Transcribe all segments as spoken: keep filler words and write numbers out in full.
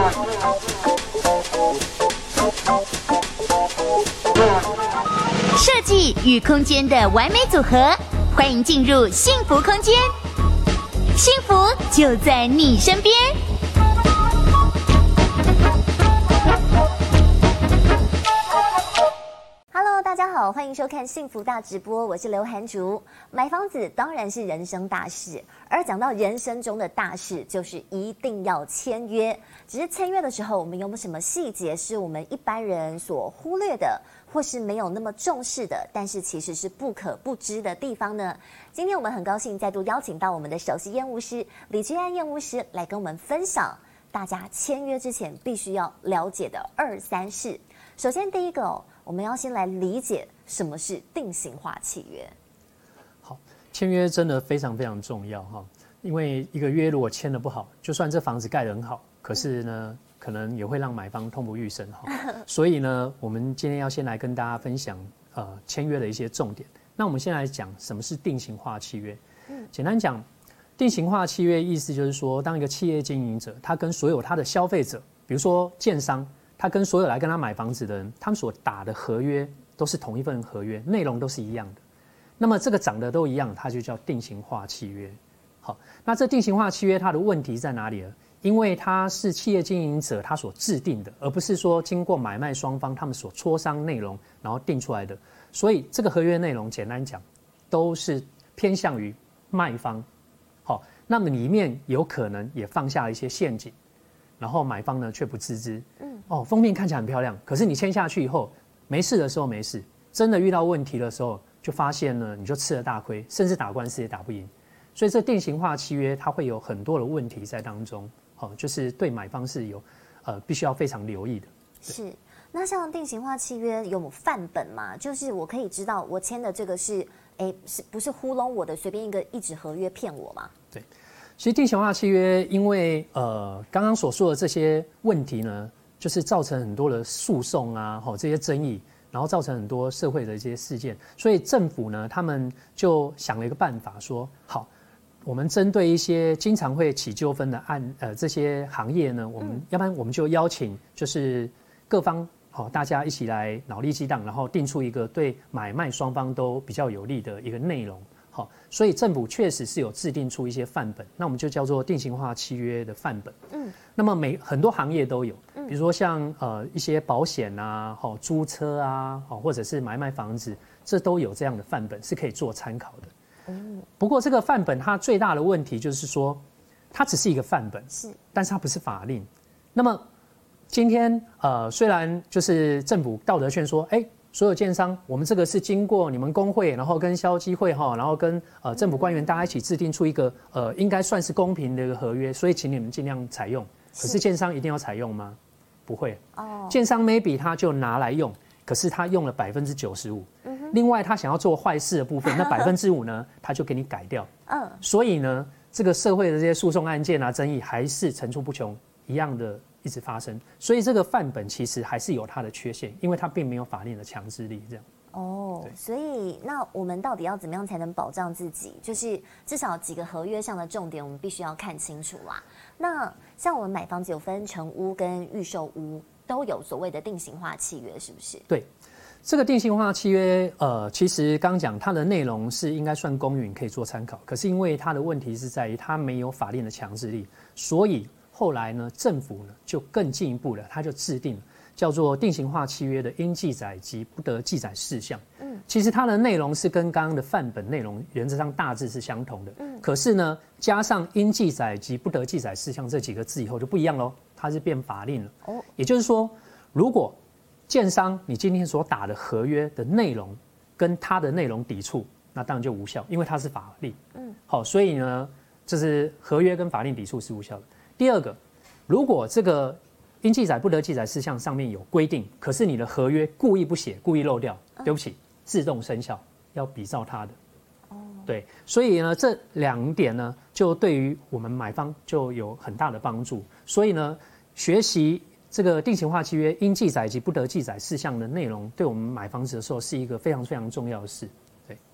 设计与空间的完美组合，欢迎进入幸福空间，幸福就在你身边。 大家好，欢迎收看幸福大直播，我是刘涵竹。买房子当然是人生大事，而讲到人生中的大事，就是一定要签约。只是签约的时候，我们有没有什么细节是我们一般人所忽略的，或是没有那么重视的，但是其实是不可不知的地方呢？今天我们很高兴再度邀请到我们的首席验屋师李居安验屋师来跟我们分享大家签约之前必须要了解的二三事。首先第一个哦，我们要先来理解什么是定型化契约。 好，签约真的非常非常重要哈，因为一个约如果签得不好，就算这房子盖得很好，可是呢，可能也会让买方痛不欲生哈。所以呢，我们今天要先来跟大家分享呃签约的一些重点。那我们先来讲什么是定型化契约。嗯，简单讲，定型化契约意思就是说，当一个企业经营者，他跟所有他的消费者，比如说建商。他跟所有来跟他买房子的人，他们所打的合约都是同一份合约，内容都是一样的。那么这个长得都一样，它就叫定型化契约。好，那这定型化契约它的问题在哪里呢？因为它是企业经营者他所制定的，而不是说经过买卖双方他们所磋商内容然后定出来的。所以这个合约内容简单讲，都是偏向于卖方。好，那么里面有可能也放下了一些陷阱。然后买方呢却不自知，嗯，哦，封面看起来很漂亮，可是你签下去以后，没事的时候没事，真的遇到问题的时候，就发现呢你就吃了大亏，甚至打官司也打不赢。所以这定型化契约它会有很多的问题在当中，哦，就是对买方是有，呃，必须要非常留意的。 是，那像定型化契约有范本吗？就是我可以知道我签的这个是，哎，是不是糊弄我的随便一个一纸合约骗我吗？ 对。其实定型化契约，因为呃刚刚所说的这些问题呢，就是造成很多的诉讼啊，吼这些争议，然后造成很多社会的一些事件，所以政府呢，他们就想了一个办法，说好，我们针对一些经常会起纠纷的案，呃这些行业呢，我们、嗯、要不然我们就邀请就是各方好、哦、大家一起来脑力激荡，然后定出一个对买卖双方都比较有利的一个内容。好，所以政府确实是有制定出一些范本，那我们就叫做定型化契约的范本。嗯，那么每很多行业都有，比如说像呃一些保险啊、好、哦、租车啊、好、哦、或者是买卖房子，这都有这样的范本是可以做参考的。嗯，不过这个范本它最大的问题就是说，它只是一个范本，是，但是它不是法令。那么今天呃虽然就是政府道德劝说，哎。所有建商，我们这个是经过你们工会，然后跟消基会哈，然后跟呃政府官员大家一起制定出一个呃应该算是公平的一个合约，所以请你们尽量采用。可是建商一定要采用吗？不会。哦。建商 maybe 他就拿来用，可是他用了百分之九十五，另外他想要做坏事的部分，那百分之五呢，他就给你改掉。嗯。所以呢，这个社会的这些诉讼案件啊、争议还是层出不穷，一样的。一直发生，所以这个范本其实还是有它的缺陷，因为它并没有法令的强制力。这样哦，所以那我们到底要怎么样才能保障自己？就是至少几个合约上的重点，我们必须要看清楚啦。那像我们买房子有分成屋跟预售屋，都有所谓的定型化契约，是不是？ 对，这个定型化契约，呃，其实刚讲它的内容是应该算公允，可以做参考。可是因为它的问题是在于它没有法令的强制力，所以。后来呢，政府呢就更进一步了，他就制定了叫做定型化契约的应记载及不得记载事项。嗯，其实它的内容是跟刚刚的范本内容原则上大致是相同的。嗯，可是呢，加上应记载及不得记载事项这几个字以后就不一样喽，它是变法令了。哦，也就是说，如果建商你今天所打的合约的内容跟它的内容抵触，那当然就无效，因为它是法令。嗯，好，所以呢，就是合约跟法令抵触是无效的。第二个，如果这个应记载不得记载事项上面有规定，可是你的合约故意不写，故意漏掉，对不起，自动生效，要比照它的。哦，对，所以呢，这两点呢，就对于我们买方就有很大的帮助。所以呢，学习这个定型化契约应记载及不得记载事项的内容，对我们买房子的时候是一个非常非常重要的事。对。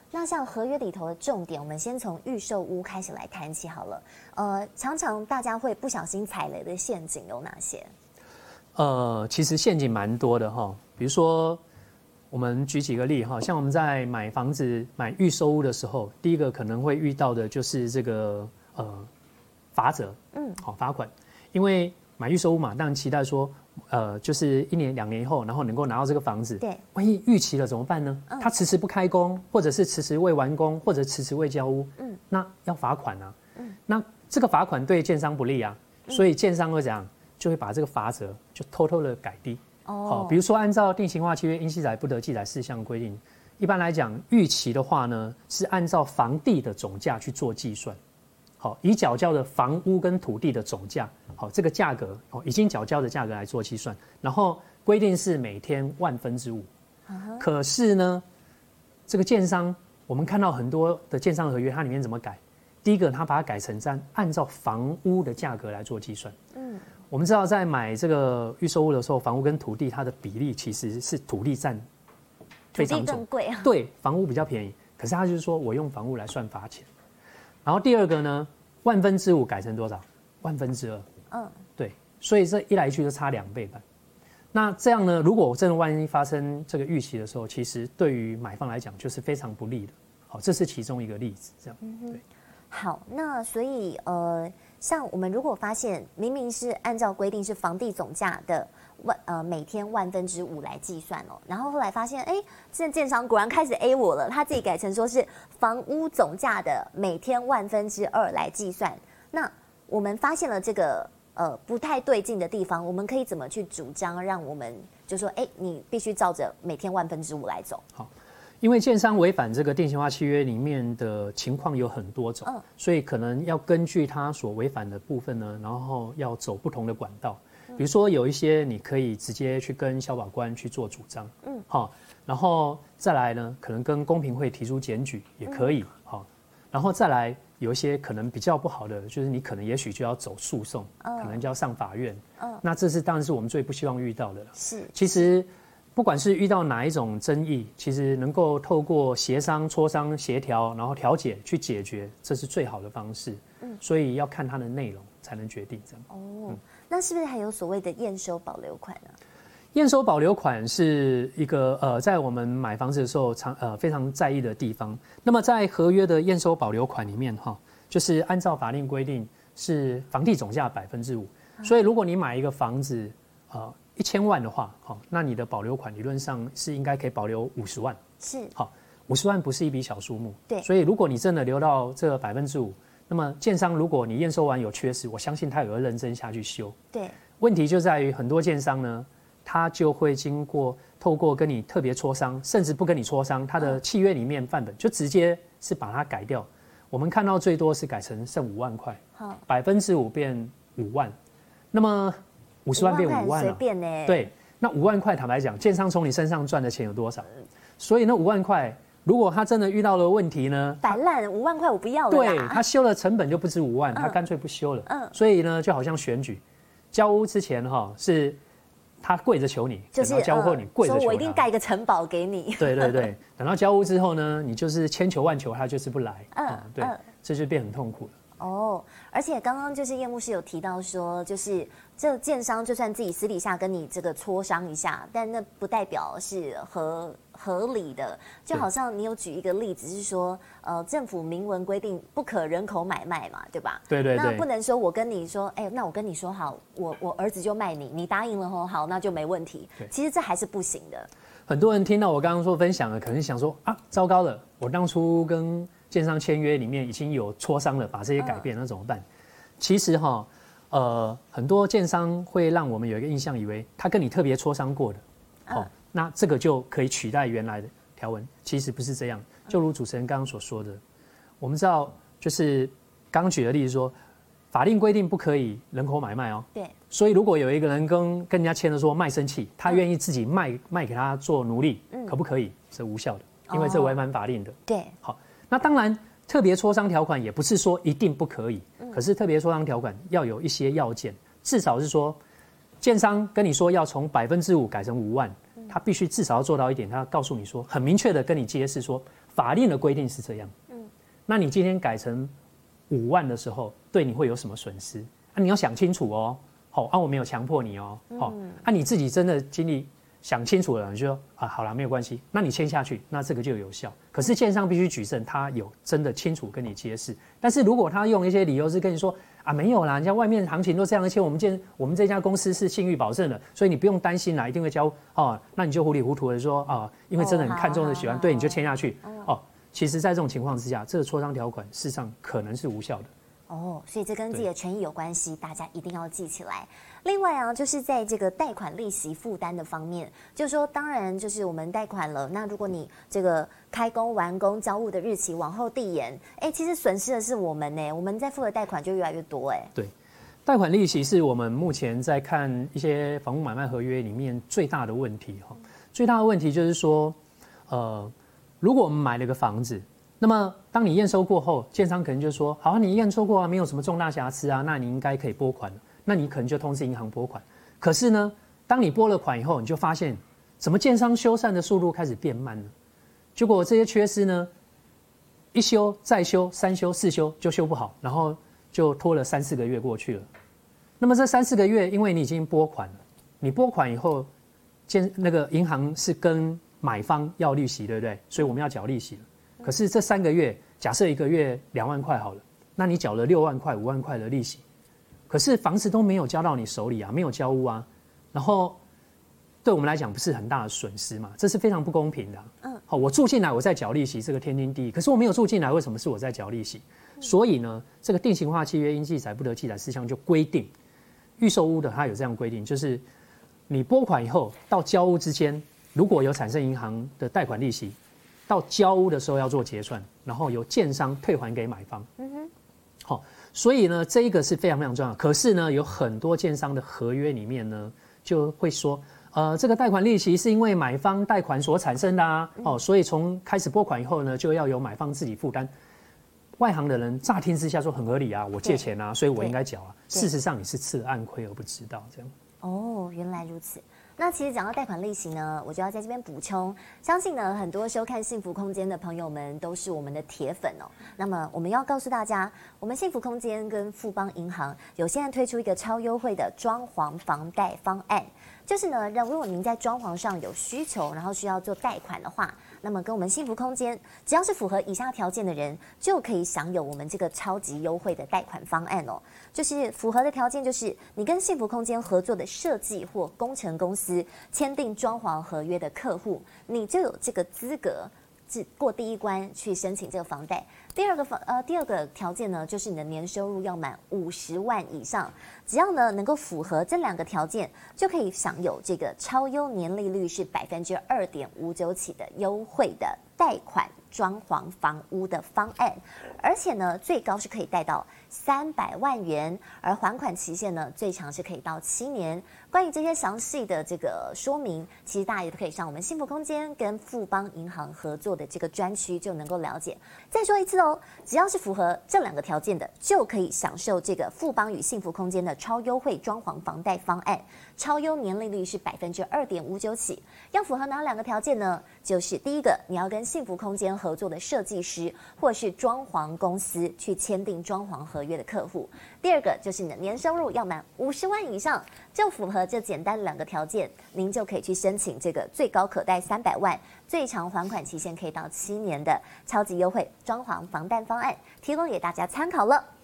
那像合约里头的重点，我们先从预售屋开始来谈起好了。呃，常常大家会不小心踩雷的陷阱有哪些？ 呃，其实陷阱蛮多的哈，比如说我们举几个例哈，像我们在买房子、买预售屋的时候，第一个可能会遇到的就是这个呃罚则，嗯，好罚款，因为买预售屋嘛，当然期待说，呃，就是一年两年以后，然后能够拿到这个房子， 对， 万一逾期了怎么办呢？嗯、他迟迟不开工，或者是迟迟未完工，或者迟迟未交屋，嗯，那要罚款啊，嗯，那这个罚款对建商不利啊，所以建商会怎样？就会把这个罚则就偷偷的改低。哦，好，比如说按照定型化契约应记载不得记载事项规定，一般来讲逾期的话呢，是按照房地的总价去做计算。好，以缴交的房屋跟土地的总价，好，这个价格哦，已经缴交的价格来做计算，然后规定是每天万分之五。Uh-huh. 可是呢，这个建商，我们看到很多的建商合约，它里面怎么改？第一个，它把它改成按按照房屋的价格来做计算。嗯，我们知道在买这个预售屋的时候，房屋跟土地它的比例其实是土地占非常重， 土地更贵啊。 对，房屋比较便宜，可是它就是说我用房屋来算罚钱。然后第二个呢，万分之五改成多少？万分之二。嗯，对，所以这一来一去就差两倍半。那这样呢，如果真的万一发生这个逾期的时候，其实对于买方来讲就是非常不利的。好，这是其中一个例子。这样，嗯、对。 好，那所以呃，像我们如果发现明明是按照规定是房地总价的万呃每天万分之五来计算哦，然后后来发现哎，这建商果然开始 A 我了，他自己改成说是房屋总价的每天万分之二来计算。那我们发现了这个呃不太对劲的地方，我们可以怎么去主张，让我们就说哎，你必须照着每天万分之五来走？ 好。因为建商违反这个定型化契约里面的情况有很多种，嗯、所以可能要根据他所违反的部分呢，然后要走不同的管道。比如说有一些你可以直接去跟消保官去做主张，嗯，好，然后再来呢，可能跟公平会提出检举也可以，好、嗯，然后再来有一些可能比较不好的，就是你可能也许就要走诉讼，嗯、可能就要上法院，嗯，那这是当然是我们最不希望遇到的了。是，其实。不管是遇到哪一种争议，其实能够透过协商、磋商、协调，然后调解去解决，这是最好的方式。嗯，所以要看它的内容才能决定这样。 哦，嗯、那是不是还有所谓的验收保留款呢？ 验收保留款是一个呃，在我们买房子的时候常呃非常在意的地方。那么在合约的验收保留款里面哈，就是按照法令规定是房地总价百分之五，所以如果你买一个房子，呃。一千万的话，好，那你的保留款理论上是应该可以保留五十万。 是， 好，五十万不是一笔小数目。 对， 所以如果你真的留到这百分之五，那么建商如果你验收完有缺失，我相信他也会认真下去修。 对， 问题就在于很多建商呢，他就会经过透过跟你特别磋商，甚至不跟你磋商，他的契约里面范本就直接是把它改掉。我们看到最多是改成剩五万块，好，百分之五变五万，那么。五十万变五万了， 随便呢。 对，那五万块，坦白讲，建商从你身上赚的钱有多少？所以那五万块，如果他真的遇到了问题呢？ 摆烂，五万块我不要了。 对，他修了成本就不止五万，嗯、他干脆不修了。嗯，所以呢，就好像选举，交屋之前哈是，他跪着求你， 就是等到交后你跪着求他， 说我一定盖个城堡给你。 对对对，等到交屋之后呢，你就是千求万求，他就是不来。嗯，嗯对，嗯、这就变很痛苦了。 哦，而且刚刚就是叶牧师有提到说，就是这建商就算自己私底下跟你这个磋商一下，但那不代表是合合理的。就好像你有举一个例子是说，呃，政府明文规定不可人口买卖嘛，对吧？ 对对对。 那不能说我跟你说，哎、欸，那我跟你说好，我我儿子就卖你，你答应了吼，好，那就没问题。其实这还是不行的。 很多人听到我刚刚说分享了，可能想说啊，糟糕了，我当初跟建商签约里面已经有磋商了，把这些改变，那怎么办？其实哈，呃，很多建商会让我们有一个印象，以为他跟你特别磋商过的，哦，那这个就可以取代原来的条文。其实不是这样，就如主持人刚刚所说的，我们知道，就是刚举的例子说，法令规定不可以人口买卖哦。 对。 所以如果有一个人跟跟人家签了说卖身契，他愿意自己卖卖给他做奴隶，嗯、可不可以？是无效的，因为这违反法令的。 对。 好。那当然，特别磋商条款也不是说一定不可以，嗯、可是特别磋商条款要有一些要件，至少是说，建商跟你说要从百分之五改成五万，嗯、他必须至少要做到一点，他要告诉你说，很明确的跟你揭示说， 法令的规定是这样。嗯，那你今天改成五万的时候，对你会有什么损失？啊，你要想清楚哦。好、哦，啊，我没有强迫你哦。好、嗯，啊，你自己真的经历想清楚了，你就说啊，好了，没有关系，那你签下去，那这个就有效。可是建商必须举证，他有真的清楚跟你揭示。但是如果他用一些理由是跟你说啊，没有啦，人家外面行情都这样，而且我们建我们这家公司是信誉保证的，所以你不用担心啦，一定会交哦。那你就糊里糊涂的说啊，因为真的很看重的喜欢，哦、对，你就签下去。哦，其实，在这种情况之下，这个磋商条款事实上可能是无效的。 哦，所以这跟自己的权益有关系，大家一定要记起来。另外啊，就是在这个贷款利息负担的方面，就是说，当然就是我们贷款了，那如果你这个开工完工交屋的日期往后递延，哎，其实损失的是我们呢，我们在付的贷款就越来越多哎。 对，贷款利息是我们目前在看一些房屋买卖合约里面最大的问题哈。最大的问题就是说，呃，如果我们买了个房子。那么，当你验收过后，建商可能就说：“好，你验收过啊，没有什么重大瑕疵啊，那你应该可以拨款了。”那你可能就通知银行拨款。可是呢，当你拨了款以后，你就发现，怎么建商修缮的速度开始变慢了？结果这些缺失呢，一修再修，三修四修就修不好，然后就拖了三四个月过去了。那么这三四个月，因为你已经拨款了，你拨款以后，建那个银行是跟买方要利息，对不对？所以我们要缴利息了。可是这三个月，假设一个月两万块好了，那你缴了六万块、五万块的利息，可是房子都没有交到你手里啊，没有交屋啊，然后对我们来讲不是很大的损失嘛？这是非常不公平的、啊。嗯，好，我住进来我在缴利息，这个天经地义。可是我没有住进来，为什么是我在缴利息？嗯、所以呢，这个定型化契约应记载不得记载事项就规定，预售屋的它有这样规定，就是你拨款以后到交屋之间，如果有产生银行的贷款利息。到交屋的时候要做结算，然后由建商退还给买方。嗯哼，好，所以呢，这一个是非常非常重要。可是呢，有很多建商的合约里面呢，就会说，呃，这个贷款利息是因为买方贷款所产生的啊，哦，所以从开始拨款以后呢，就要由买方自己负担。外行的人乍听之下说很合理啊，我借钱啊，所以我应该缴啊。事实上你是吃了暗亏而不知道，这样。 哦，原来如此。那其实讲到贷款利息呢，我就要在这边补充，相信呢很多收看幸福空间的朋友们都是我们的铁粉哦。那么我们要告诉大家，我们幸福空间跟富邦银行有现在推出一个超优惠的装潢房贷方案，就是呢，如果您在装潢上有需求，然后需要做贷款的话，那么跟我们幸福空间，只要是符合以下条件的人，就可以享有我们这个超级优惠的贷款方案哦。就是符合的条件，就是你跟幸福空间合作的设计或工程公司签订装潢合约的客户，你就有这个资格过第一关去申请这个房贷。第二个房呃第二个条件呢，就是你的年收入要满五十万以上，只要呢能够符合这两个条件，就可以享有这个超优年利率是百分之二点五九起的优惠的贷款装潢房屋的方案，而且呢最高是可以贷到三百万元，而还款期限呢最长是可以到七年。关于这些详细的这个说明，其实大家也都可以上我们幸福空间跟富邦银行合作的这个专区就能够了解。再说一次哦，只要是符合这两个条件的，就可以享受这个富邦与幸福空间的超优惠装潢房贷方案，超优年利率是百分之二点五九起。要符合哪两个条件呢？就是第一个，你要跟幸福空间合作的设计师或是装潢公司去签订装潢合约的客户；第二个就是你的年收入要满五十万以上，就符合这简单两个条件，您就可以去申请这个最高可贷三百万、最长还款期限可以到七年的超级优惠装潢房贷方案，提供给大家参考了。